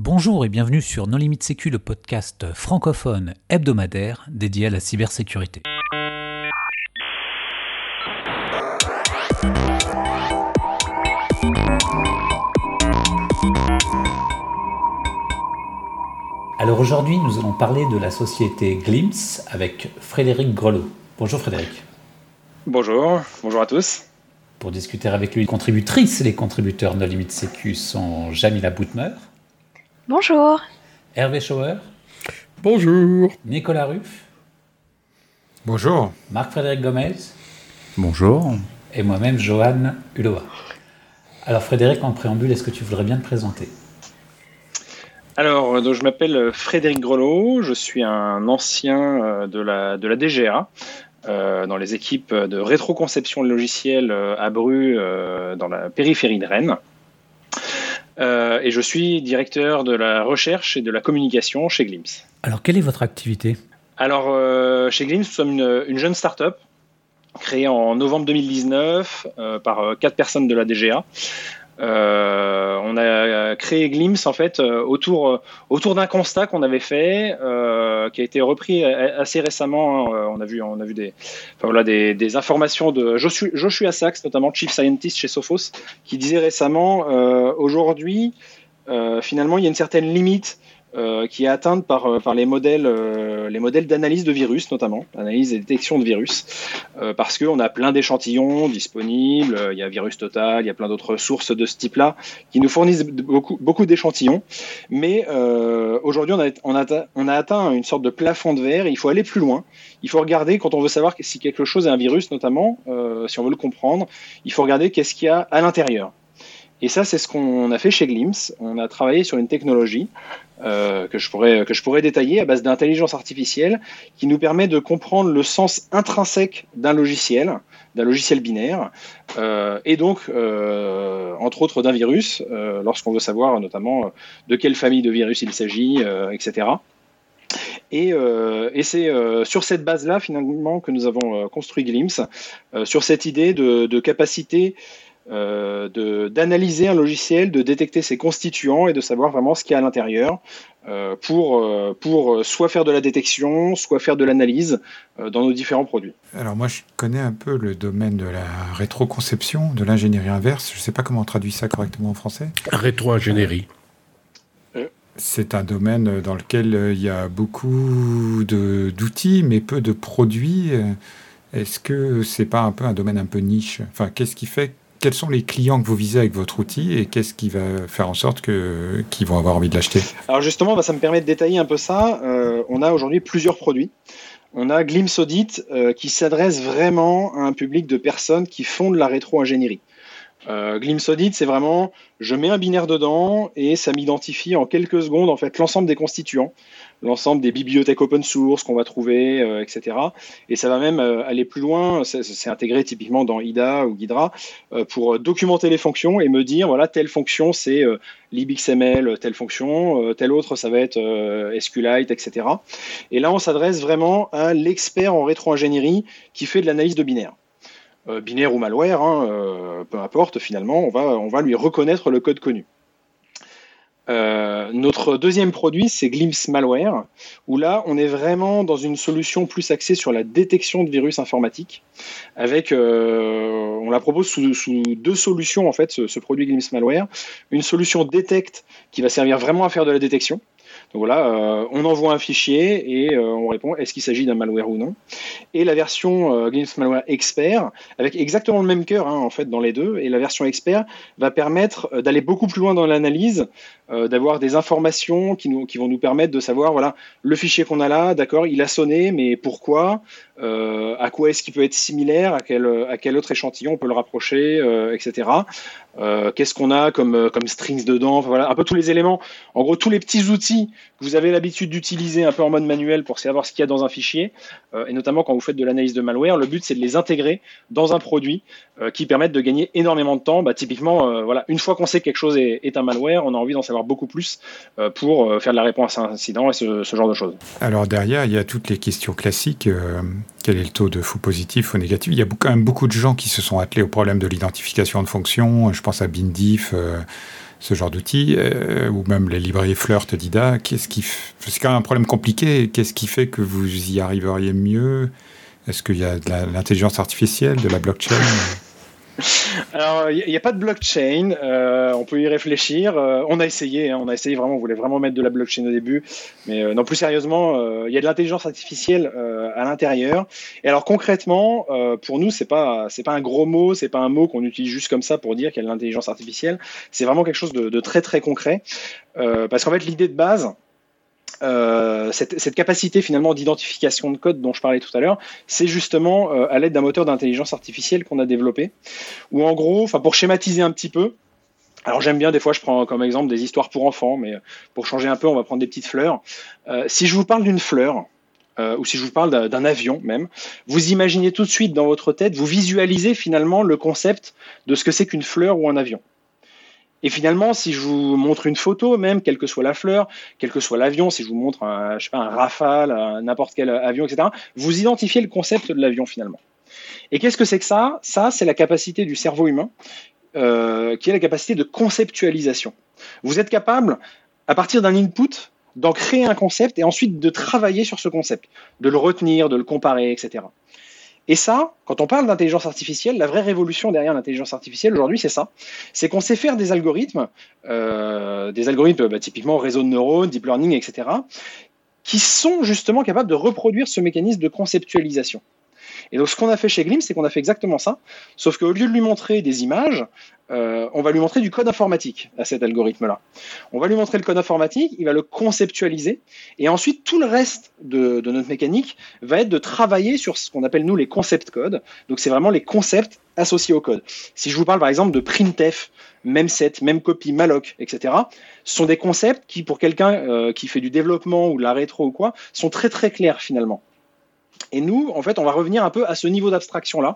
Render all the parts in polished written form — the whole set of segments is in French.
Bonjour et bienvenue sur Non Limite Sécu, le podcast francophone hebdomadaire dédié à la cybersécurité. Alors aujourd'hui, nous allons parler de la société Glimpse avec Frédéric Grelot. Bonjour Frédéric. Bonjour à tous. Pour discuter avec lui, les contributrices et les contributeurs Non Limite Sécu sont Jamila Boutmer. Bonjour. Hervé Schauer. Bonjour. Nicolas Ruff. Bonjour. Marc-Frédéric Gomez. Bonjour. Et moi-même, Johan Hulot. Alors Frédéric, en préambule, est-ce que tu voudrais bien te présenter ? Alors, je m'appelle Frédéric Grelot, je suis un ancien de la DGA, dans les équipes de rétroconception de logiciels à Bru, dans la périphérie de Rennes. Et je suis directeur de la recherche et de la communication chez Glimpse. Alors, quelle est votre activité ? Alors, chez Glimpse, nous sommes une jeune start-up créée en novembre 2019 par 4 personnes de la DGA. On a créé Glimpse en fait autour d'un constat qu'on avait fait, qui a été repris assez récemment. On a vu des informations de Joshua Sachs, notamment Chief Scientist chez Sophos, qui disait récemment aujourd'hui, finalement, il y a une certaine limite qui est atteinte par les modèles d'analyse de virus, notamment analyse et détection de virus, parce qu'on a plein d'échantillons disponibles, il y a Virus Total, il y a plein d'autres sources de ce type-là qui nous fournissent beaucoup d'échantillons, mais aujourd'hui on a atteint une sorte de plafond de verre et il faut aller plus loin. Il faut regarder, quand on veut savoir si quelque chose est un virus notamment, si on veut le comprendre, il faut regarder qu'est-ce qu'il y a à l'intérieur. Et ça, c'est ce qu'on a fait chez Glimpse. On a travaillé sur une technologie que je pourrais détailler à base d'intelligence artificielle qui nous permet de comprendre le sens intrinsèque d'un logiciel binaire, et donc, entre autres, d'un virus, lorsqu'on veut savoir notamment de quelle famille de virus il s'agit, etc. Et c'est sur cette base-là, finalement, que nous avons construit Glimpse, sur cette idée de capacité d'analyser un logiciel, de détecter ses constituants et de savoir vraiment ce qu'il y a à l'intérieur pour soit faire de la détection, soit faire de l'analyse dans nos différents produits. Alors moi, je connais un peu le domaine de la rétroconception, de l'ingénierie inverse. Je ne sais pas comment on traduit ça correctement en français. Rétro-ingénierie. C'est un domaine dans lequel il y a beaucoup d'outils, mais peu de produits. Est-ce que c'est pas un peu un domaine un peu niche ? Enfin, qu'est-ce qui fait ? Quels sont les clients que vous visez avec votre outil et qu'est-ce qui va faire en sorte qu'ils vont avoir envie de l'acheter ? Alors justement, ça me permet de détailler un peu ça. On a aujourd'hui plusieurs produits. On a Glimpse Audit qui s'adresse vraiment à un public de personnes qui font de la rétro-ingénierie. Glimpse Audit, c'est vraiment, je mets un binaire dedans et ça m'identifie en quelques secondes en fait l'ensemble des constituants, l'ensemble des bibliothèques open source qu'on va trouver, etc. Et ça va même aller plus loin, c'est intégré typiquement dans IDA ou Ghidra, pour documenter les fonctions et me dire, voilà, telle fonction c'est libxml, telle fonction, telle autre ça va être SQLite, etc. Et là on s'adresse vraiment à l'expert en rétro-ingénierie qui fait de l'analyse de binaire. Binaire ou malware, peu importe, finalement, on va lui reconnaître le code connu. Notre deuxième produit, c'est Glimpse Malware, où là, on est vraiment dans une solution plus axée sur la détection de virus informatiques. On la propose sous 2 solutions, en fait, ce produit Glimpse Malware. Une solution Detect qui va servir vraiment à faire de la détection. Donc voilà, on envoie un fichier et on répond est-ce qu'il s'agit d'un malware ou non. Et la version Glimpse Malware Expert, avec exactement le même cœur en fait dans les deux, et la version Expert va permettre d'aller beaucoup plus loin dans l'analyse, d'avoir des informations qui vont nous permettre de savoir, voilà, le fichier qu'on a là, d'accord, il a sonné, mais pourquoi, à quoi est-ce qu'il peut être similaire, à quel autre échantillon on peut le rapprocher, etc. Qu'est-ce qu'on a comme strings dedans, enfin, voilà, un peu tous les éléments, en gros tous les petits outils que vous avez l'habitude d'utiliser un peu en mode manuel pour savoir ce qu'il y a dans un fichier, et notamment quand vous faites de l'analyse de malware, le but c'est de les intégrer dans un produit qui permettent de gagner énormément de temps. Typiquement, voilà, une fois qu'on sait que quelque chose est un malware, on a envie d'en savoir beaucoup plus pour faire de la réponse à un incident et ce genre de choses. Alors derrière, il y a toutes les questions classiques. Quel est le taux de faux positif ou négatif ? Il y a quand même beaucoup de gens qui se sont attelés au problème de l'identification de fonctions. Je pense à BinDiff, ce genre d'outils, ou même les librairies Flirt d'IDA, c'est quand même un problème compliqué. Qu'est-ce qui fait que vous y arriveriez mieux? Est-ce qu'il y a de l'intelligence artificielle, de la blockchain? Alors, il n'y a pas de blockchain, on peut y réfléchir. On a essayé vraiment, on voulait vraiment mettre de la blockchain au début, mais non, plus sérieusement, il y a de l'intelligence artificielle à l'intérieur. Et alors concrètement, pour nous, c'est pas un gros mot, c'est pas un mot qu'on utilise juste comme ça pour dire qu'il y a de l'intelligence artificielle. C'est vraiment quelque chose de très très concret, parce qu'en fait, l'idée de base, cette capacité finalement d'identification de code dont je parlais tout à l'heure, c'est justement à l'aide d'un moteur d'intelligence artificielle qu'on a développé, où en gros, pour schématiser un petit peu, alors j'aime bien, des fois je prends comme exemple des histoires pour enfants, mais pour changer un peu, on va prendre des petites fleurs. Si je vous parle d'une fleur, ou si je vous parle d'un avion même, vous imaginez tout de suite dans votre tête, vous visualisez finalement le concept de ce que c'est qu'une fleur ou un avion. Et finalement, si je vous montre une photo, même, quelle que soit la fleur, quel que soit l'avion, si je vous montre un Rafale, n'importe quel avion, etc., vous identifiez le concept de l'avion finalement. Et qu'est-ce que c'est que ça? Ça, c'est la capacité du cerveau humain, qui est la capacité de conceptualisation. Vous êtes capable, à partir d'un input, d'en créer un concept et ensuite de travailler sur ce concept, de le retenir, de le comparer, etc. Et ça, quand on parle d'intelligence artificielle, la vraie révolution derrière l'intelligence artificielle aujourd'hui, c'est ça. C'est qu'on sait faire des algorithmes typiquement réseau de neurones, deep learning, etc., qui sont justement capables de reproduire ce mécanisme de conceptualisation. Et donc ce qu'on a fait chez Glimpse, c'est qu'on a fait exactement ça, sauf qu'au lieu de lui montrer des images, on va lui montrer du code informatique à cet algorithme-là. On va lui montrer le code informatique, il va le conceptualiser, et ensuite tout le reste de notre mécanique va être de travailler sur ce qu'on appelle nous les concept codes. Donc c'est vraiment les concepts associés au code. Si je vous parle par exemple de printf, memset, memcopy, malloc, etc., ce sont des concepts qui, pour quelqu'un qui fait du développement ou de la rétro ou quoi, sont très très clairs finalement. Et nous, en fait, on va revenir un peu à ce niveau d'abstraction-là,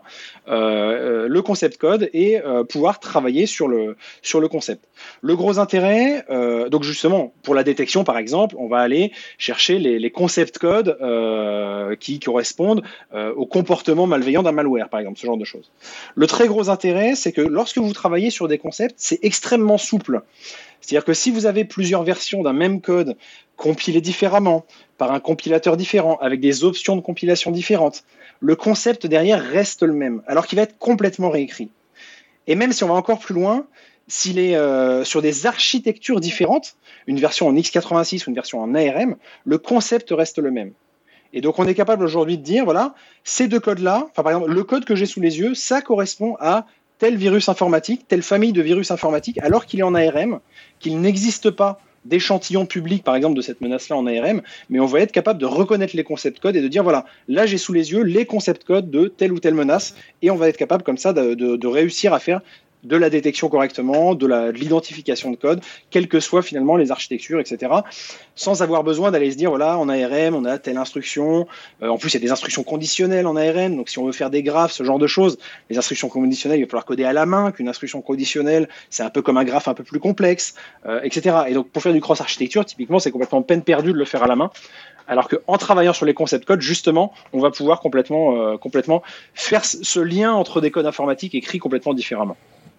le concept code, et pouvoir travailler sur le concept. Le gros intérêt, donc justement, pour la détection, par exemple, on va aller chercher les concept codes qui correspondent au comportement malveillant d'un malware, par exemple, ce genre de choses. Le très gros intérêt, c'est que lorsque vous travaillez sur des concepts, c'est extrêmement souple. C'est-à-dire que si vous avez plusieurs versions d'un même code compilées différemment, par un compilateur différent, avec des options de compilation différentes, le concept derrière reste le même, alors qu'il va être complètement réécrit. Et même si on va encore plus loin, s'il est sur des architectures différentes, une version en x86 ou une version en ARM, le concept reste le même. Et donc on est capable aujourd'hui de dire, voilà, ces deux codes-là, par exemple, le code que j'ai sous les yeux, ça correspond à tel virus informatique, telle famille de virus informatiques, alors qu'il est en ARM, qu'il n'existe pas d'échantillons publics, par exemple, de cette menace-là en ARM, mais on va être capable de reconnaître les concept codes et de dire, voilà, là j'ai sous les yeux les concept codes de telle ou telle menace, et on va être capable comme ça de réussir à faire de la détection correctement, de l'identification de code, quelles que soient finalement les architectures, etc., sans avoir besoin d'aller se dire, voilà, en ARM, on a telle instruction, en plus il y a des instructions conditionnelles en ARM, donc si on veut faire des graphes, ce genre de choses, les instructions conditionnelles, il va falloir coder à la main, qu'une instruction conditionnelle, c'est un peu comme un graphe un peu plus complexe, etc. Et donc pour faire du cross-architecture, typiquement, c'est complètement peine perdue de le faire à la main, alors qu'en travaillant sur les concept codes, justement, on va pouvoir complètement faire ce lien entre des codes informatiques écrits complètement différemment.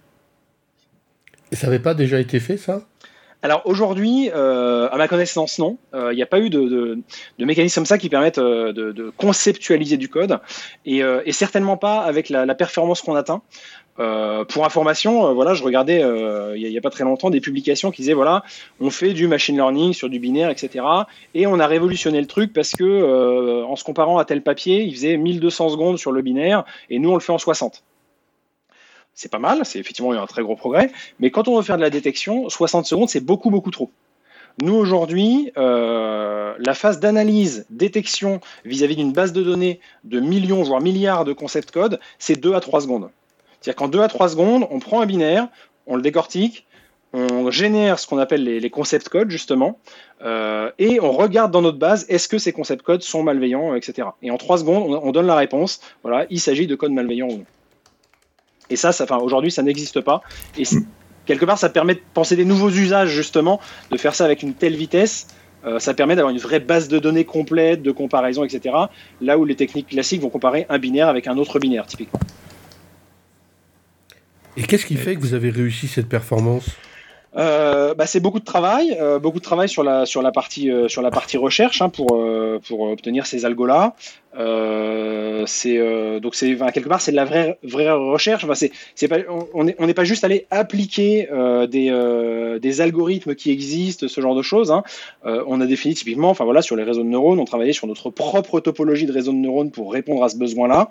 Et ça n'avait pas déjà été fait, ça? Alors aujourd'hui, à ma connaissance, non. Il n'y a pas eu de mécanisme comme ça qui permettent de conceptualiser du code, et certainement pas avec la performance qu'on atteint. Pour information, voilà, je regardais il n'y a pas très longtemps des publications qui disaient, voilà, on fait du machine learning sur du binaire, etc. Et on a révolutionné le truc parce que en se comparant à tel papier, il faisait 1200 secondes sur le binaire et nous on le fait en 60. C'est pas mal, c'est effectivement un très gros progrès, mais quand on veut faire de la détection, 60 secondes, c'est beaucoup, beaucoup trop. Nous, aujourd'hui, la phase d'analyse, détection vis-à-vis d'une base de données de millions, voire milliards de concept codes, c'est 2 à 3 secondes. C'est-à-dire qu'en 2 à 3 secondes, on prend un binaire, on le décortique, on génère ce qu'on appelle les concept codes, justement, et on regarde dans notre base, est-ce que ces concept codes sont malveillants, etc. Et en 3 secondes, on donne la réponse, voilà, il s'agit de code malveillant ou non. Et ça aujourd'hui, ça n'existe pas. Et quelque part, ça permet de penser des nouveaux usages, justement, de faire ça avec une telle vitesse. Ça permet d'avoir une vraie base de données complète, de comparaison, etc. Là où les techniques classiques vont comparer un binaire avec un autre binaire, typiquement. Et qu'est-ce qui fait que vous avez réussi cette performance ? C'est beaucoup de travail sur la partie recherche pour obtenir ces algos-là. Quelque part c'est de la vraie recherche. C'est pas, on n'est pas juste allé appliquer des algorithmes qui existent, ce genre de choses. On a défini typiquement, sur les réseaux de neurones, on travaillait sur notre propre topologie de réseaux de neurones pour répondre à ce besoin-là.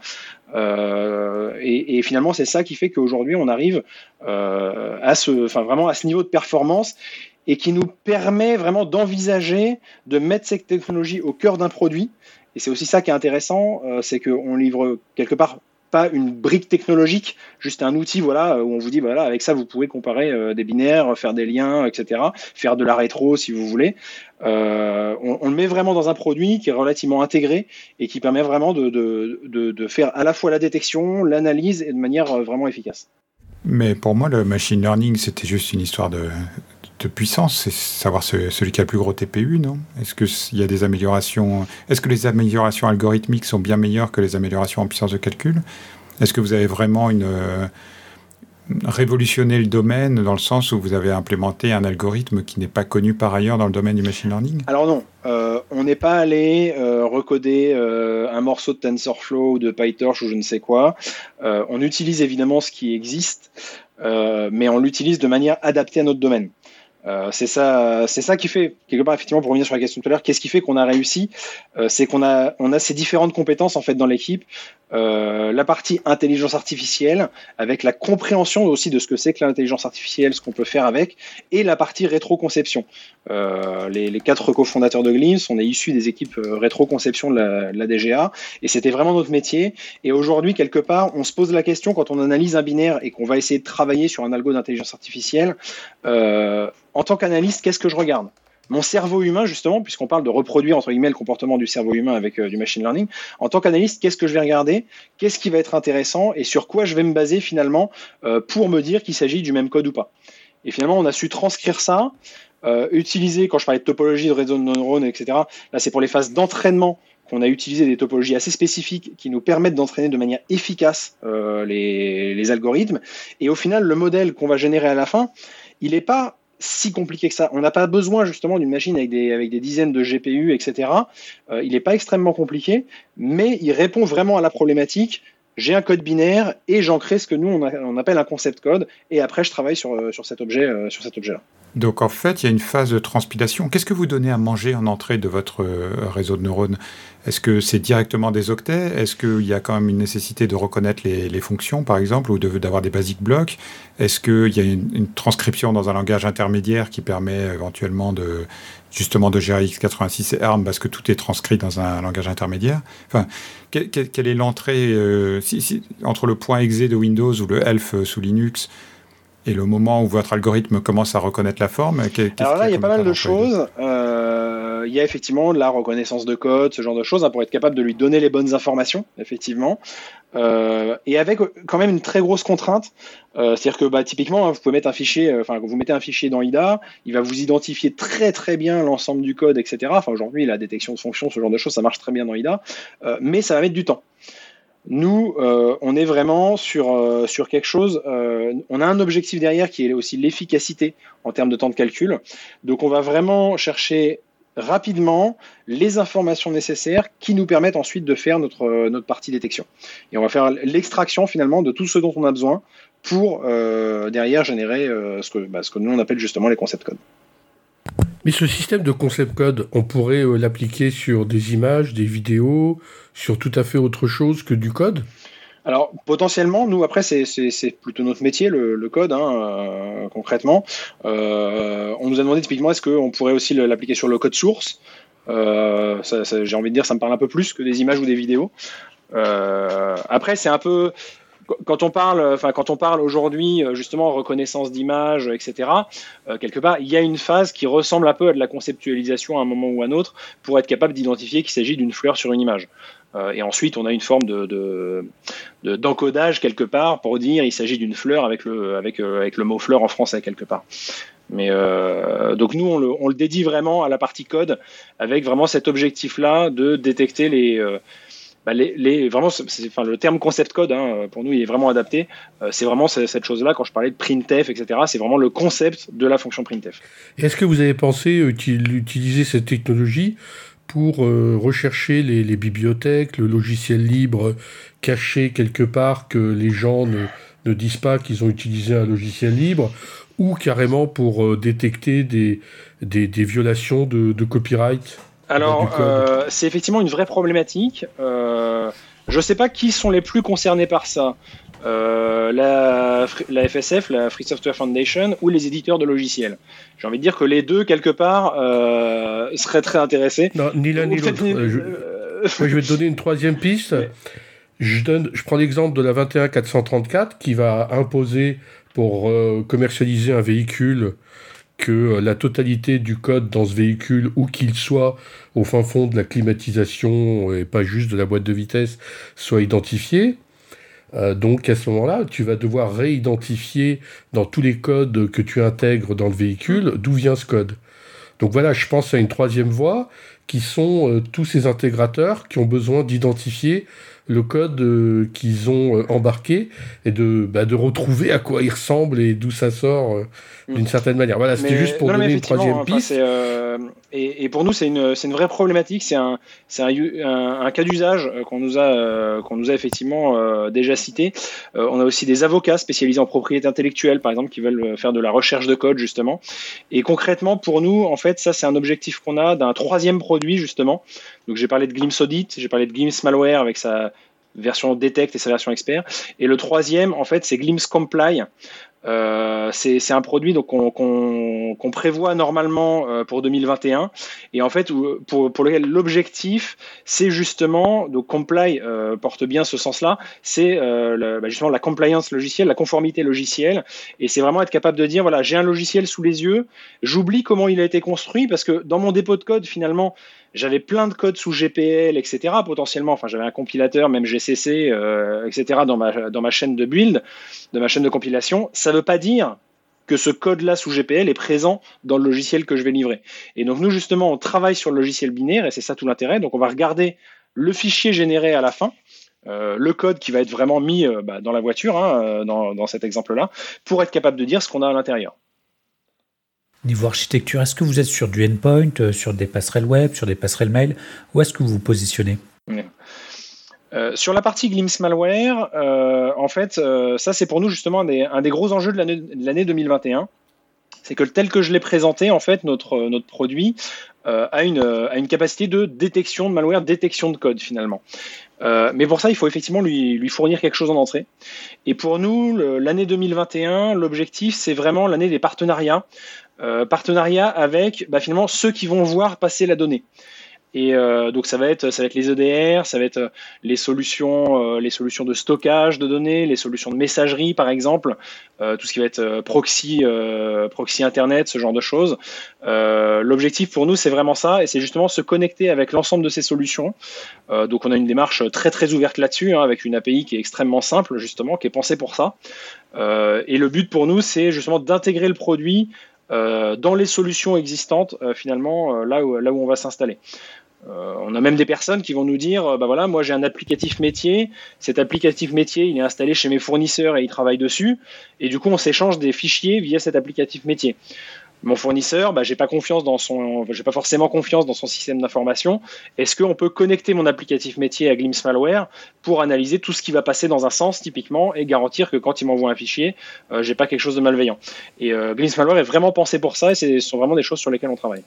Et finalement, c'est ça qui fait qu'aujourd'hui, on arrive vraiment à ce niveau de performance et qui nous permet vraiment d'envisager de mettre cette technologie au cœur d'un produit. Et c'est aussi ça qui est intéressant, c'est qu'on livre quelque part pas une brique technologique, juste un outil où on vous dit avec ça vous pouvez comparer des binaires, faire des liens, etc., faire de la rétro si vous voulez. On le met vraiment dans un produit qui est relativement intégré et qui permet vraiment de faire à la fois la détection, l'analyse et de manière vraiment efficace. Mais pour moi, le machine learning, c'était juste une histoire de puissance, c'est savoir celui qui a le plus gros TPU, non? Est-ce qu'il y a des améliorations? Est-ce que les améliorations algorithmiques sont bien meilleures que les améliorations en puissance de calcul? Est-ce que vous avez vraiment révolutionné le domaine dans le sens où vous avez implémenté un algorithme qui n'est pas connu par ailleurs dans le domaine du machine learning? Alors non, on n'est pas allé recoder un morceau de TensorFlow ou de PyTorch ou je ne sais quoi. On utilise évidemment ce qui existe, mais on l'utilise de manière adaptée à notre domaine. C'est ça qui fait, quelque part, effectivement, pour revenir sur la question de tout à l'heure, qu'est-ce qui fait qu'on a réussi? C'est qu'on a ces différentes compétences en fait dans l'équipe. La partie intelligence artificielle, avec la compréhension aussi de ce que c'est que l'intelligence artificielle, ce qu'on peut faire avec, et la partie rétro-conception. Les 4 cofondateurs de Glimpse, on est issus des équipes rétro-conception de la DGA, et c'était vraiment notre métier. Et aujourd'hui, quelque part, on se pose la question, quand on analyse un binaire et qu'on va essayer de travailler sur un algo d'intelligence artificielle, en tant qu'analyste, qu'est-ce que je regarde? Mon cerveau humain, justement, puisqu'on parle de reproduire entre guillemets le comportement du cerveau humain avec du machine learning, en tant qu'analyste, qu'est-ce que je vais regarder? Qu'est-ce qui va être intéressant et sur quoi je vais me baser finalement pour me dire qu'il s'agit du même code ou pas? Et finalement, on a su transcrire ça, utiliser, quand je parlais de topologie de réseau de neurones, etc., là c'est pour les phases d'entraînement qu'on a utilisé des topologies assez spécifiques qui nous permettent d'entraîner de manière efficace les algorithmes. Et au final, le modèle qu'on va générer à la fin, il n'est pas si compliqué que ça. On n'a pas besoin justement d'une machine avec des dizaines de GPU, etc. Il n'est pas extrêmement compliqué, mais il répond vraiment à la problématique. J'ai un code binaire et j'en crée ce que nous on appelle un concept code, et après je travaille sur cet objet-là. Donc en fait, il y a une phase de transpilation. Qu'est-ce que vous donnez à manger en entrée de votre réseau de neurones? Est-ce que c'est directement des octets? Est-ce qu'il y a quand même une nécessité de reconnaître les fonctions, par exemple, ou d'avoir des basic blocks? Est-ce qu'il y a une transcription dans un langage intermédiaire qui permet éventuellement de gérer x86 et ARM parce que tout est transcrit dans un langage intermédiaire? Enfin, quelle est l'entrée entre le point .exe de Windows ou le ELF sous Linux et le moment où votre algorithme commence à reconnaître la forme? Alors là, il y a pas mal de choses. Il y a effectivement de la reconnaissance de code, ce genre de choses, pour être capable de lui donner les bonnes informations, effectivement. Et avec quand même une très grosse contrainte. C'est-à-dire que typiquement, vous pouvez mettre un fichier, vous mettez un fichier dans IDA, il va vous identifier très très bien l'ensemble du code, etc. Aujourd'hui, la détection de fonctions, ce genre de choses, ça marche très bien dans IDA, mais ça va mettre du temps. Nous, on est vraiment sur quelque chose, on a un objectif derrière qui est aussi l'efficacité en termes de temps de calcul. Donc on va vraiment chercher rapidement les informations nécessaires qui nous permettent ensuite de faire notre partie détection. Et on va faire l'extraction finalement de tout ce dont on a besoin pour derrière générer ce que nous on appelle justement les concept codes. Mais ce système de concept code, on pourrait l'appliquer sur des images, des vidéos, sur tout à fait autre chose que du code? Alors potentiellement, nous après c'est plutôt notre métier, le code, concrètement. On nous a demandé typiquement est-ce qu'on pourrait aussi l'appliquer sur le code source. J'ai envie de dire ça me parle un peu plus que des images ou des vidéos. Après c'est un peu... Quand on parle aujourd'hui justement reconnaissance d'images, etc., quelque part, il y a une phase qui ressemble un peu à de la conceptualisation à un moment ou à un autre pour être capable d'identifier qu'il s'agit d'une fleur sur une image. Et ensuite, on a une forme d'encodage quelque part pour dire il s'agit d'une fleur avec le mot fleur en français quelque part. Mais donc nous, on le dédie vraiment à la partie code avec vraiment cet objectif-là de détecter vraiment, le terme concept code, pour nous, il est vraiment adapté. C'est vraiment cette chose-là, quand je parlais de printf, etc., c'est vraiment le concept de la fonction printf. Est-ce que vous avez pensé utiliser cette technologie pour rechercher les bibliothèques, le logiciel libre caché quelque part que les gens ne disent pas qu'ils ont utilisé un logiciel libre, ou carrément pour détecter des violations de copyright? Alors, c'est effectivement une vraie problématique. Je ne sais pas qui sont les plus concernés par ça. La FSF, la Free Software Foundation, ou les éditeurs de logiciels. J'ai envie de dire que les deux, quelque part, seraient très intéressés. Non, ni l'un ni l'autre. Je vais te donner une troisième piste. Ouais. Je prends l'exemple de la 21434 qui va imposer pour commercialiser un véhicule que la totalité du code dans ce véhicule, où qu'il soit au fin fond de la climatisation et pas juste de la boîte de vitesse, soit identifié. Donc à ce moment-là, tu vas devoir réidentifier dans tous les codes que tu intègres dans le véhicule d'où vient ce code. Donc voilà, je pense à une troisième voie qui sont tous ces intégrateurs qui ont besoin d'identifier le code qu'ils ont embarqué et de retrouver à quoi il ressemble et d'où ça sort d'une certaine manière. Voilà, c'était juste pour donner une troisième piste. Et pour nous, c'est une vraie problématique. C'est un cas d'usage qu'on nous a effectivement déjà cité. On a aussi des avocats spécialisés en propriété intellectuelle, par exemple, qui veulent faire de la recherche de code, justement. Et concrètement, pour nous, en fait, ça, c'est un objectif qu'on a d'un troisième produit, justement. Donc, j'ai parlé de Glimpse Audit, j'ai parlé de Glimpse Malware avec sa version Detect et sa version Expert. Et le troisième, en fait, c'est Glimpse Comply. C'est un produit donc qu'on prévoit normalement pour 2021 et en fait pour lequel l'objectif c'est justement, donc Comply porte bien ce sens-là, c'est justement la compliance logicielle, la conformité logicielle, et c'est vraiment être capable de dire voilà, j'ai un logiciel sous les yeux, j'oublie comment il a été construit parce que dans mon dépôt de code finalement j'avais plein de codes sous GPL, etc. potentiellement. Enfin, j'avais un compilateur, même GCC, etc. dans ma chaîne de build, de ma chaîne de compilation. Ça ne veut pas dire que ce code-là sous GPL est présent dans le logiciel que je vais livrer. Et donc, nous, justement, on travaille sur le logiciel binaire, et c'est ça tout l'intérêt. Donc, on va regarder le fichier généré à la fin, le code qui va être vraiment mis dans la voiture, dans cet exemple-là, pour être capable de dire ce qu'on a à l'intérieur. Niveau architecture, est-ce que vous êtes sur du endpoint, sur des passerelles web, sur des passerelles mail? Où est-ce que vous vous positionnez? Sur la partie Glimpse Malware, en fait, ça c'est pour nous justement un des gros enjeux de l'année 2021. C'est que tel que je l'ai présenté, en fait, notre produit a une capacité de détection de malware, détection de code finalement. Mais pour ça, il faut effectivement lui fournir quelque chose en entrée. Et pour nous, l'année 2021, l'objectif, c'est vraiment l'année des partenariats. Partenariat avec finalement ceux qui vont voir passer la donnée. Et donc ça va être les EDR, ça va être les solutions de stockage de données, les solutions de messagerie par exemple, tout ce qui va être proxy internet, ce genre de choses. L'objectif pour nous c'est vraiment ça, et c'est justement se connecter avec l'ensemble de ces solutions. Donc on a une démarche très très ouverte là-dessus, avec une API qui est extrêmement simple justement, qui est pensée pour ça. Et le but pour nous c'est justement d'intégrer le produit dans les solutions existantes finalement là où on va s'installer. On a même des personnes qui vont nous dire voilà, moi j'ai un applicatif métier, cet applicatif métier il est installé chez mes fournisseurs et ils travaillent dessus, et du coup on s'échange des fichiers via cet applicatif métier. Mon fournisseur, j'ai pas forcément confiance dans son système d'information. Est-ce qu'on peut connecter mon applicatif métier à Glimpse Malware pour analyser tout ce qui va passer dans un sens typiquement et garantir que quand il m'envoie un fichier, j'ai pas quelque chose de malveillant. Et Glimpse Malware est vraiment pensé pour ça, et ce sont vraiment des choses sur lesquelles on travaille.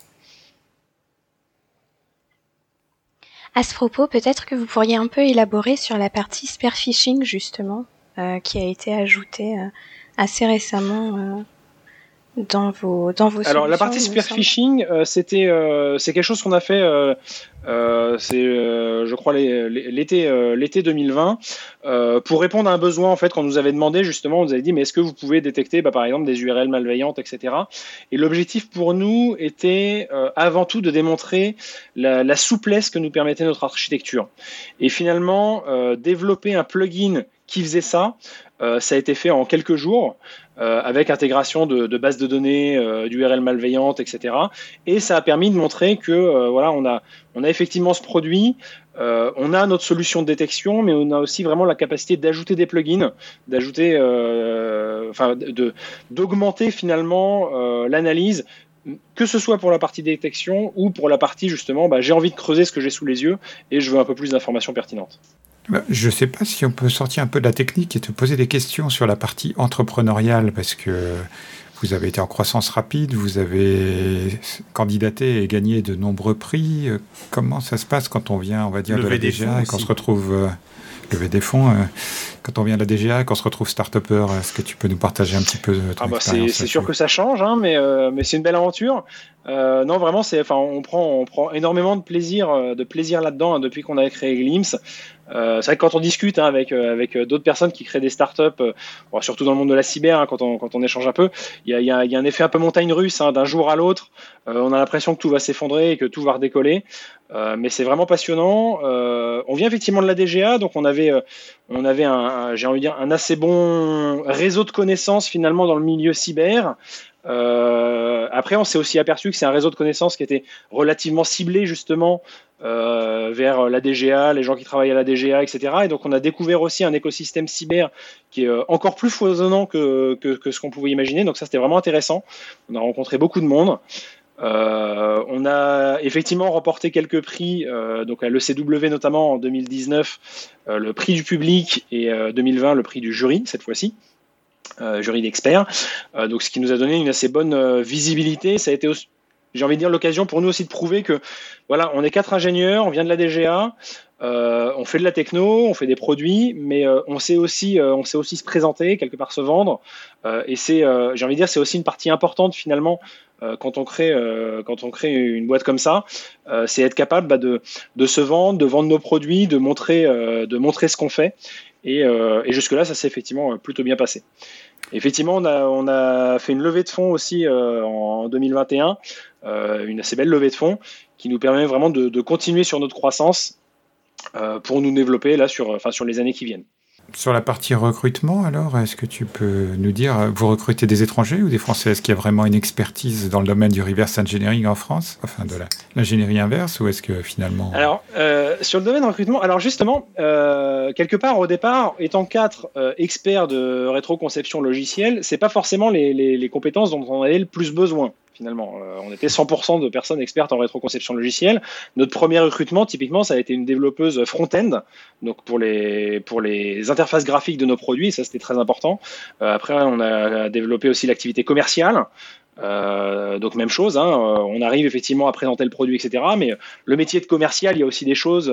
À ce propos, peut-être que vous pourriez un peu élaborer sur la partie spear phishing justement, qui a été ajoutée assez récemment dans vos Alors la partie spear phishing, c'est quelque chose qu'on a fait, je crois l'été 2020, pour répondre à un besoin en fait qu'on nous avait demandé justement. On nous avait dit mais est-ce que vous pouvez détecter par exemple des URL malveillantes, etc. Et l'objectif pour nous était avant tout de démontrer la souplesse que nous permettait notre architecture. Et finalement développer un plugin qui faisait ça. Ça a été fait en quelques jours. avec intégration de bases de données, d'URL malveillantes, etc. Et ça a permis de montrer que voilà, on a effectivement ce produit, on a notre solution de détection, mais on a aussi vraiment la capacité d'ajouter des plugins, d'augmenter finalement l'analyse, que ce soit pour la partie détection ou pour la partie justement, j'ai envie de creuser ce que j'ai sous les yeux et je veux un peu plus d'informations pertinentes. Je ne sais pas si on peut sortir un peu de la technique et te poser des questions sur la partie entrepreneuriale, parce que vous avez été en croissance rapide, vous avez candidaté et gagné de nombreux prix. Comment ça se passe quand on vient, on va dire, de la DGA et qu'on se retrouve lever des fonds, quand on vient de la DGA et qu'on se retrouve start-upper? Est-ce que tu peux nous partager un petit peu ton expérience? C'est sûr que ça change, hein, mais c'est une belle aventure. Non, vraiment, on prend énormément de plaisir là-dedans, hein, depuis qu'on a créé Glimpse. C'est vrai que quand on discute, hein, avec d'autres personnes qui créent des startups, surtout dans le monde de la cyber, hein, quand on échange un peu, il y a un effet un peu montagne russe, hein, d'un jour à l'autre. On a l'impression que tout va s'effondrer et que tout va redécoller. Mais c'est vraiment passionnant. On vient effectivement de la DGA, donc on avait un assez bon réseau de connaissances finalement dans le milieu cyber. Après, on s'est aussi aperçu que c'est un réseau de connaissances qui était relativement ciblé justement vers la DGA, les gens qui travaillent à la DGA, etc. Et donc on a découvert aussi un écosystème cyber qui est encore plus foisonnant que ce qu'on pouvait imaginer. Donc ça, c'était vraiment intéressant. On a rencontré beaucoup de monde. On a effectivement remporté quelques prix, donc à l'ECW notamment en 2019, le prix du public, et 2020 le prix du jury cette fois-ci. Jury d'experts, donc ce qui nous a donné une assez bonne visibilité. Ça a été aussi, j'ai envie de dire, l'occasion pour nous aussi de prouver que voilà, on est 4 ingénieurs, on vient de la DGA, on fait de la techno, on fait des produits, mais on sait aussi se présenter, quelque part se vendre, et c'est, j'ai envie de dire, c'est aussi une partie importante finalement quand on crée une boîte comme ça, c'est être capable de se vendre, de vendre nos produits, de montrer ce qu'on fait. Et jusque-là, ça s'est effectivement plutôt bien passé. Effectivement, on a fait une levée de fonds aussi en 2021, une assez belle levée de fonds qui nous permet vraiment de continuer sur notre croissance pour nous développer là sur les années qui viennent. Sur la partie recrutement, alors, est-ce que tu peux nous dire, vous recrutez des étrangers ou des Français? Est-ce qu'il y a vraiment une expertise dans le domaine du reverse engineering en France, enfin de l'ingénierie inverse, ou est-ce que finalement... Alors, sur le domaine recrutement, alors justement, quelque part au départ, étant 4 experts de rétroconception logicielle, c'est pas forcément les compétences dont on avait le plus besoin. Finalement, on était 100% de personnes expertes en rétroconception logicielle. Notre premier recrutement, typiquement, ça a été une développeuse front-end, donc pour les interfaces graphiques de nos produits, ça c'était très important. Après, on a développé aussi l'activité commerciale. Donc même chose, hein, on arrive effectivement à présenter le produit, etc. Mais le métier de commercial, il y a aussi des choses,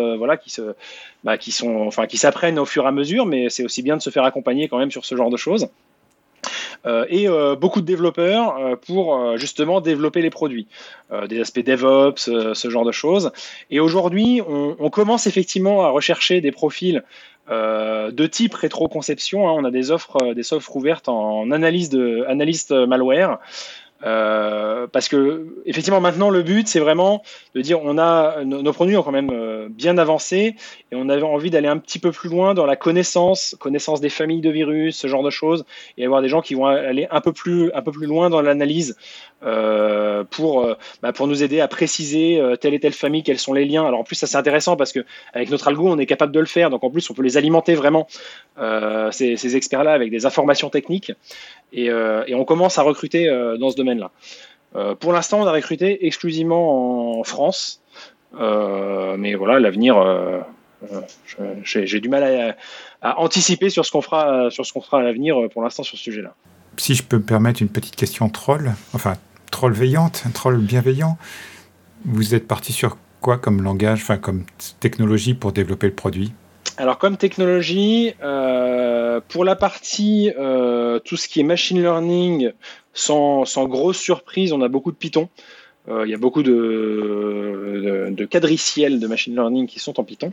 qui s'apprennent au fur et à mesure, mais c'est aussi bien de se faire accompagner quand même sur ce genre de choses. Et beaucoup de développeurs pour justement développer les produits, des aspects DevOps, ce genre de choses. Et aujourd'hui, on commence effectivement à rechercher des profils de type rétroconception, hein. On a des offres ouvertes en analyste malware. Parce que effectivement maintenant le but c'est vraiment de dire nos produits ont quand même bien avancé et on avait envie d'aller un petit peu plus loin dans la connaissance des familles de virus, ce genre de choses, et avoir des gens qui vont aller un peu plus loin dans l'analyse pour nous aider à préciser telle et telle famille, quels sont les liens. Alors en plus ça c'est intéressant parce que avec notre algo on est capable de le faire, donc en plus on peut les alimenter vraiment ces experts là avec des informations techniques. Et on commence à recruter dans ce domaine-là. Pour l'instant, on a recruté exclusivement en France, mais voilà, l'avenir, j'ai du mal à anticiper sur ce qu'on fera à l'avenir pour l'instant sur ce sujet-là. Si je peux me permettre une petite question troll veillante, un troll bienveillant, vous êtes parti sur quoi comme langage, enfin comme technologie pour développer le produit? Alors comme technologie, pour la partie tout ce qui est machine learning, sans grosse surprise, on a beaucoup de Python. Il y a beaucoup de quadriciels de machine learning qui sont en Python.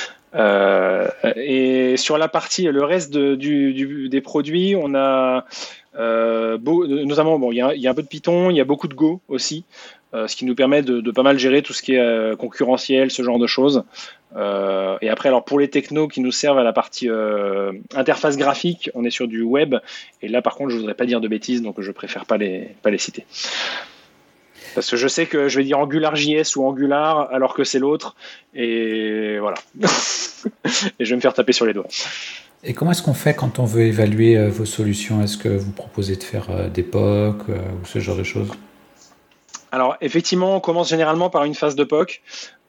Et sur la partie, le reste des produits, on a notamment, il y a un peu de Python, il y a beaucoup de Go aussi. ce qui nous permet de pas mal gérer tout ce qui est concurrentiel, ce genre de choses. Et après, alors pour les technos qui nous servent à la partie interface graphique, on est sur du web. Et là, par contre, je voudrais pas dire de bêtises, donc je préfère pas les citer. Parce que je sais que je vais dire AngularJS ou Angular alors que c'est l'autre. Et voilà. Et je vais me faire taper sur les doigts. Et comment est-ce qu'on fait quand on veut évaluer vos solutions? Est-ce que vous proposez de faire des POC ou ce genre de choses? Alors, effectivement, on commence généralement par une phase de POC.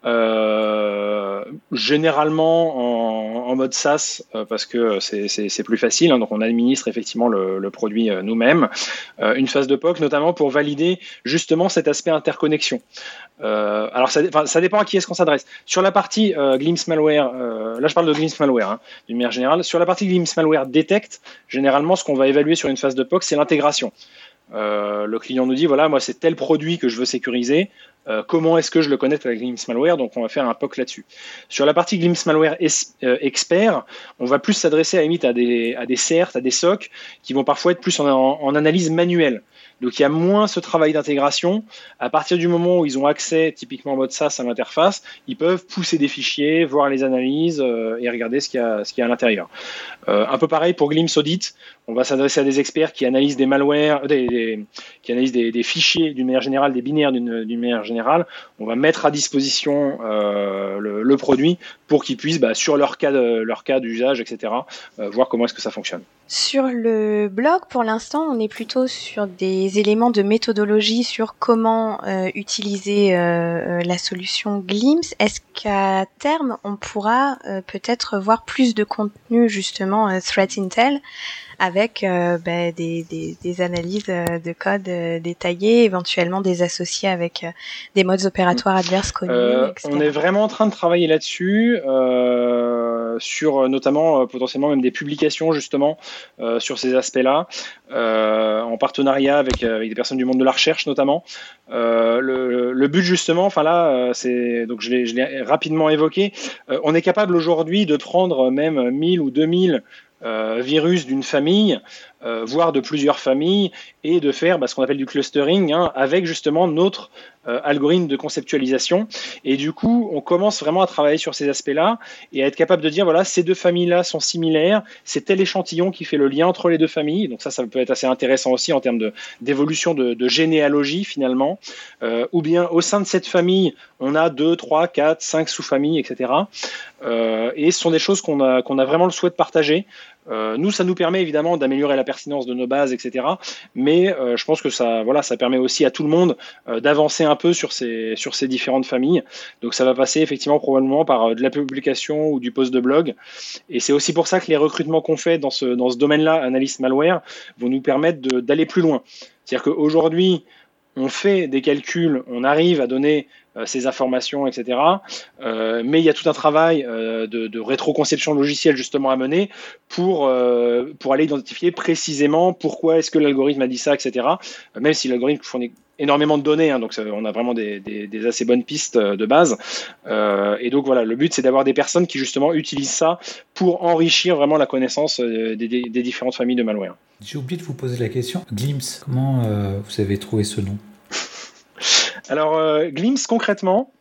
Généralement en mode SaaS parce que c'est plus facile, hein, donc on administre effectivement le produit nous-mêmes. Une phase de POC notamment pour valider justement cet aspect interconnexion. Alors ça dépend à qui est-ce qu'on s'adresse. Sur la partie Glimpse Malware, là je parle de Glimpse Malware d'une manière générale. Sur la partie Glimpse Malware Detect, généralement ce qu'on va évaluer sur une phase de POC, c'est l'intégration. Le client nous dit voilà, moi c'est tel produit que je veux sécuriser. Comment est-ce que je le connecte avec Glimpse Malware? Donc on va faire un POC là-dessus. Sur la partie Glimpse Malware expert, on va plus s'adresser à des CERT, à des SOC qui vont parfois être plus en analyse manuelle. Donc il y a moins ce travail d'intégration. À partir du moment où ils ont accès, typiquement en mode SaaS, à l'interface, ils peuvent pousser des fichiers, voir les analyses et regarder ce qu'il y a à l'intérieur. Un peu pareil pour Glimpse Audit. On va s'adresser à des experts qui analysent des malwares, qui analysent des fichiers d'une manière générale, des binaires d'une manière générale. On va mettre à disposition le produit pour qu'ils puissent, sur leur cas d'usage, etc., voir comment est-ce que ça fonctionne. Sur le blog, pour l'instant, on est plutôt sur des éléments de méthodologie sur comment utiliser la solution Glimpse. Est-ce qu'à terme, on pourra peut-être voir plus de contenu, justement, Threat Intel, avec des analyses de code détaillées, éventuellement des associés avec des modes opératoires adverses connus, etc. On est vraiment en train de travailler là-dessus, sur notamment potentiellement même des publications justement sur ces aspects-là, en partenariat avec des personnes du monde de la recherche notamment. Le but justement, enfin là, c'est donc je l'ai rapidement évoqué. On est capable aujourd'hui de prendre même 1000 ou 2000 virus d'une famille, voire de plusieurs familles, et de faire ce qu'on appelle du clustering avec justement notre algorithme de conceptualisation. Et du coup, on commence vraiment à travailler sur ces aspects-là et à être capable de dire, voilà, ces deux familles-là sont similaires, c'est tel échantillon qui fait le lien entre les deux familles. Donc ça peut être assez intéressant aussi en termes d'évolution de généalogie finalement. Ou bien au sein de cette famille, on a 2, 3, 4, 5 sous-familles, etc. Et ce sont des choses qu'on a vraiment le souhait de partager. Nous, ça nous permet évidemment d'améliorer la pertinence de nos bases, etc. Mais je pense que ça permet aussi à tout le monde d'avancer un peu sur ces différentes familles. Donc ça va passer effectivement probablement par de la publication ou du post de blog. Et c'est aussi pour ça que les recrutements qu'on fait dans ce domaine-là, analyse malware, vont nous permettre d'aller plus loin. C'est-à-dire qu'aujourd'hui, on fait des calculs, on arrive à donner ces informations, etc. Mais il y a tout un travail de rétroconception logicielle justement à mener pour aller identifier précisément pourquoi est-ce que l'algorithme a dit ça, etc. Même si l'algorithme fournit énormément de données, donc on a vraiment des assez bonnes pistes de base. Et donc voilà, le but c'est d'avoir des personnes qui justement utilisent ça pour enrichir vraiment la connaissance des différentes familles de malware. J'ai oublié de vous poser la question. Glimpse, comment vous avez trouvé ce nom? Alors, Glimpse, concrètement,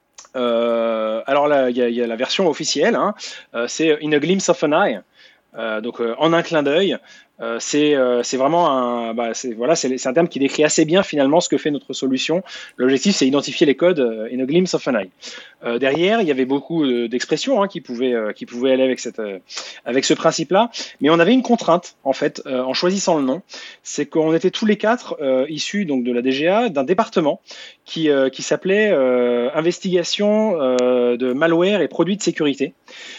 alors là, il y a la version officielle, c'est In a Glimpse of an Eye, donc en un clin d'œil. C'est vraiment c'est un terme qui décrit assez bien finalement ce que fait notre solution. L'objectif, c'est identifier les codes in a glimpse of an eye. Derrière, il y avait beaucoup d'expressions qui pouvaient aller avec ce principe-là, mais on avait une contrainte en fait en choisissant le nom, c'est qu'on était tous les quatre issus donc de la DGA d'un département qui s'appelait investigation de malware et produits de sécurité.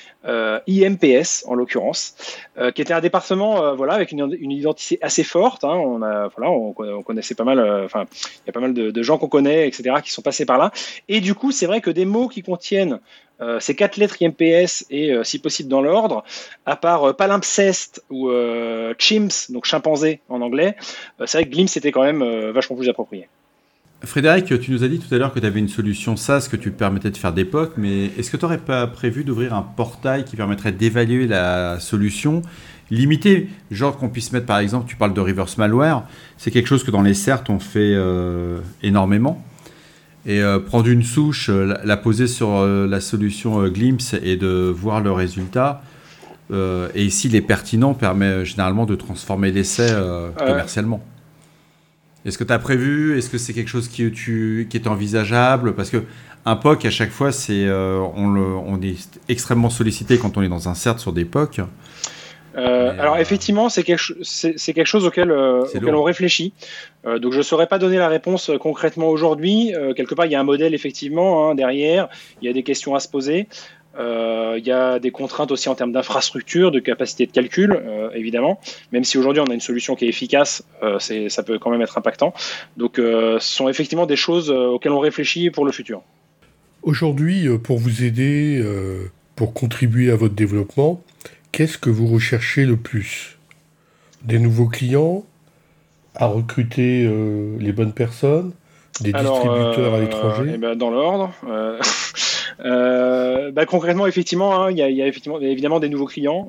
IMPS en l'occurrence, qui était un département avec une identité assez forte. On connaissait pas mal, il y a pas mal de gens qu'on connaît, etc., qui sont passés par là. Et du coup, c'est vrai que des mots qui contiennent ces 4 lettres IMPS et si possible dans l'ordre, à part palimpseste ou chimps, donc chimpanzé en anglais, c'est vrai que Glimpse était quand même vachement plus approprié. Frédéric, tu nous as dit tout à l'heure que tu avais une solution SaaS que tu permettais de faire des POC, mais est-ce que tu n'aurais pas prévu d'ouvrir un portail qui permettrait d'évaluer la solution, limité, genre qu'on puisse mettre par exemple, tu parles de reverse malware, c'est quelque chose que dans les CERT on fait énormément. et prendre une souche, la poser sur la solution Glimpse et de voir le résultat. Et s'il est pertinent, permet généralement de transformer l'essai commercialement. Est-ce que tu as prévu? Est-ce que c'est quelque chose qui est envisageable? Parce qu'un POC, à chaque fois, on est extrêmement sollicité quand on est dans un CERT sur des POC. Alors effectivement, c'est quelque chose auquel on réfléchit. Donc je ne saurais pas donner la réponse concrètement aujourd'hui. Quelque part, il y a un modèle effectivement derrière. Il y a des questions à se poser. Il y a des contraintes aussi en termes d'infrastructure, de capacité de calcul, évidemment. Même si aujourd'hui on a une solution qui est efficace, ça peut quand même être impactant. Donc ce sont effectivement des choses auxquelles on réfléchit pour le futur. Aujourd'hui, pour vous aider, pour contribuer à votre développement, qu'est-ce que vous recherchez le plus? Des nouveaux clients? À recruter les bonnes personnes? Des distributeurs à l'étranger? Dans l'ordre. Concrètement, effectivement, il y a évidemment des nouveaux clients.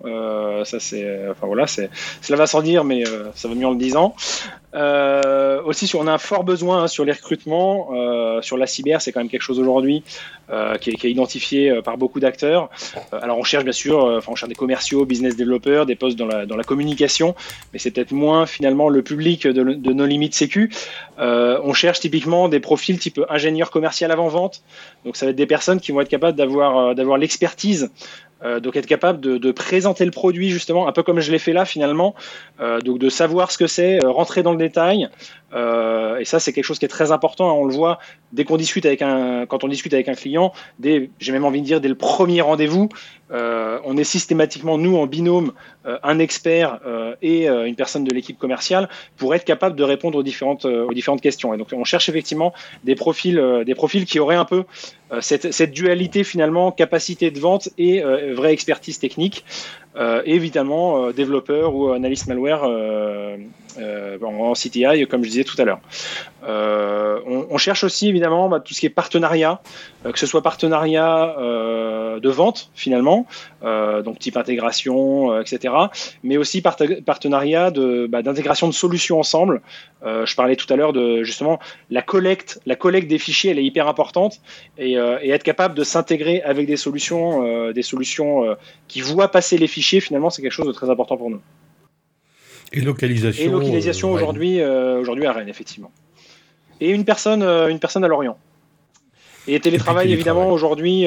Cela va sans dire, mais ça va mieux en le disant. Aussi, on a un fort besoin sur les recrutements. Sur la cyber, c'est quand même quelque chose aujourd'hui qui est identifié par beaucoup d'acteurs. Alors, on cherche bien sûr, on cherche des commerciaux, business développeurs, des postes dans la communication, mais c'est peut-être moins finalement le public de nos limites sécu. On cherche typiquement des profils type ingénieur commercial avant-vente. Donc, ça va être des personnes qui vont être capables d'avoir l'expertise. Donc être capable de présenter le produit justement un peu comme je l'ai fait là finalement, donc de savoir ce que c'est, rentrer dans le détail, et ça c'est quelque chose qui est très important, hein, on le voit dès qu'on discute quand on discute avec un client, j'ai même envie de dire dès le premier rendez-vous, on est systématiquement nous en binôme, un expert et une personne de l'équipe commerciale pour être capable de répondre aux différentes questions. Et donc on cherche effectivement des profils qui auraient un peu cette dualité finalement, capacité de vente et vraie expertise technique, et évidemment développeur ou analyste malware en CTI comme je disais tout à l'heure. On cherche aussi évidemment tout ce qui est partenariat, que ce soit partenariat de vente finalement, donc type intégration, etc., mais aussi partenariat d'intégration de solutions ensemble. Je parlais tout à l'heure de justement la collecte des fichiers, elle est hyper importante, et être capable de s'intégrer avec des solutions qui voient passer les fichiers, finalement c'est quelque chose de très important pour nous. Et localisation aujourd'hui à Rennes, effectivement. Et une personne à Lorient. Et télétravail évidemment aujourd'hui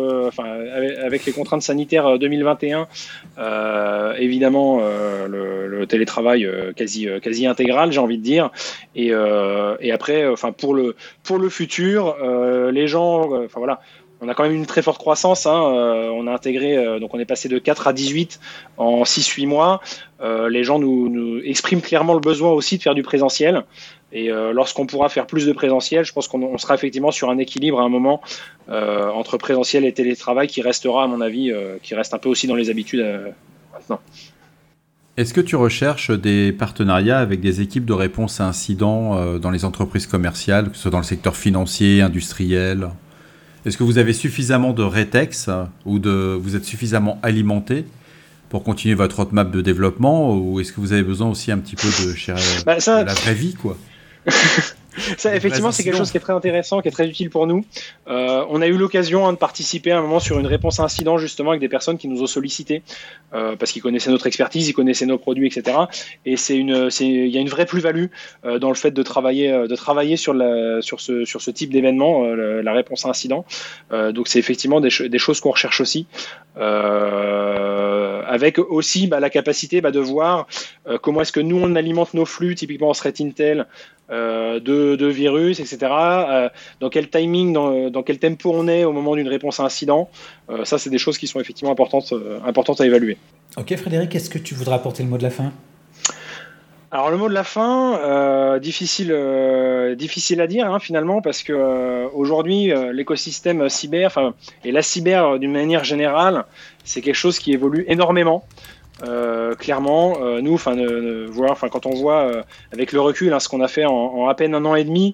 avec les contraintes sanitaires 2021, évidemment le télétravail quasi intégral, j'ai envie de dire. Et après, pour le futur, les gens, on a quand même une très forte croissance, hein. On a intégré, donc on est passé de 4 à 18 en 6-8 mois. Les gens nous expriment clairement le besoin aussi de faire du présentiel. Et lorsqu'on pourra faire plus de présentiel, je pense qu'on sera effectivement sur un équilibre à un moment entre présentiel et télétravail qui restera, à mon avis, qui reste un peu aussi dans les habitudes maintenant. Est-ce que tu recherches des partenariats avec des équipes de réponse à incidents dans les entreprises commerciales, que ce soit dans le secteur financier, industriel ? Est-ce que vous avez suffisamment de rétex ou vous êtes suffisamment alimenté pour continuer votre roadmap de développement, ou est-ce que vous avez besoin aussi un petit peu de la vraie vie, quoi? Ça, effectivement, c'est quelque chose qui est très intéressant, qui est très utile pour nous. On a eu l'occasion de participer à un moment sur une réponse à incident, justement, avec des personnes qui nous ont sollicité parce qu'ils connaissaient notre expertise, ils connaissaient nos produits, etc. Et il y a une vraie plus-value dans le fait de travailler sur ce type d'événement, la réponse à incident. Donc, c'est effectivement des choses qu'on recherche aussi, avec aussi la capacité de voir comment est-ce que nous on alimente nos flux, typiquement en threat intel. De virus, etc. Dans quel timing, dans quel tempo on est au moment d'une réponse à incident. Ça, c'est des choses qui sont effectivement importantes à évaluer. Ok, Frédéric, est-ce que tu voudrais apporter le mot de la fin ? Alors, le mot de la fin, difficile à dire, hein, finalement, parce que aujourd'hui, l'écosystème cyber, et la cyber d'une manière générale, c'est quelque chose qui évolue énormément. Clairement, nous, quand on voit avec le recul ce qu'on a fait en à peine un an et demi,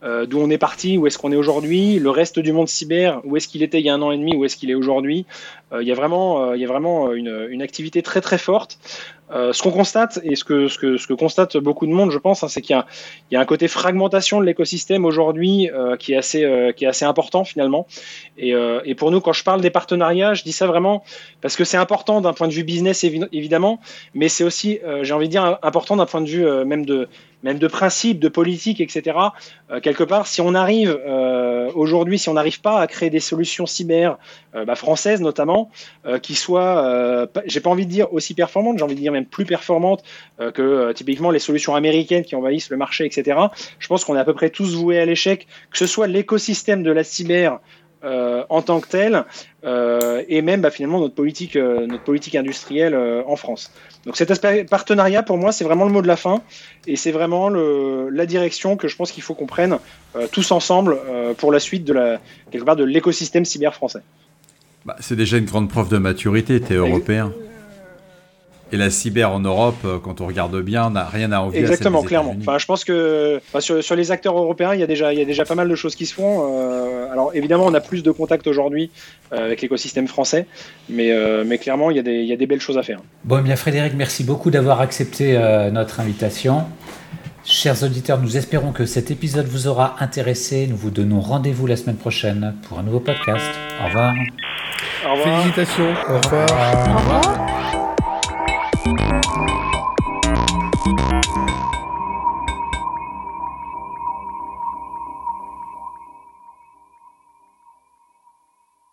d'où on est parti, où est-ce qu'on est aujourd'hui, le reste du monde cyber, où est-ce qu'il était il y a 1 an et demi, où est-ce qu'il est aujourd'hui. Il y a vraiment une activité très très forte. Ce qu'on constate et ce que constate beaucoup de monde, je pense, c'est qu'il y a un côté fragmentation de l'écosystème aujourd'hui qui est assez important finalement. Et pour nous, quand je parle des partenariats, je dis ça vraiment parce que c'est important d'un point de vue business évidemment, mais c'est aussi, j'ai envie de dire, important d'un point de vue même de principe, de politique, etc. Quelque part, si on arrive aujourd'hui, si on n'arrive pas à créer des solutions cyber françaises notamment, qui soient, j'ai pas envie de dire aussi performantes, j'ai envie de dire même plus performantes que typiquement les solutions américaines qui envahissent le marché, etc. Je pense qu'on est à peu près tous voués à l'échec, que ce soit l'écosystème de la cyber en tant que tel, et même finalement notre politique industrielle en France. Donc cet aspect partenariat, pour moi, c'est vraiment le mot de la fin, et c'est vraiment la direction que je pense qu'il faut qu'on prenne tous ensemble pour la suite quelque part de l'écosystème cyber français. C'est déjà une grande preuve de maturité, t'es européen. Et la cyber en Europe, quand on regarde bien, n'a rien à envier. Exactement, clairement. Je pense que sur les acteurs européens, il y a déjà pas mal de choses qui se font. Alors évidemment, on a plus de contacts aujourd'hui avec l'écosystème français, mais clairement, il y a des belles choses à faire. Bon, bien Frédéric, merci beaucoup d'avoir accepté notre invitation. Chers auditeurs, nous espérons que cet épisode vous aura intéressé. Nous vous donnons rendez-vous la semaine prochaine pour un nouveau podcast. Au revoir. Au revoir. Félicitations. Au revoir. Au revoir.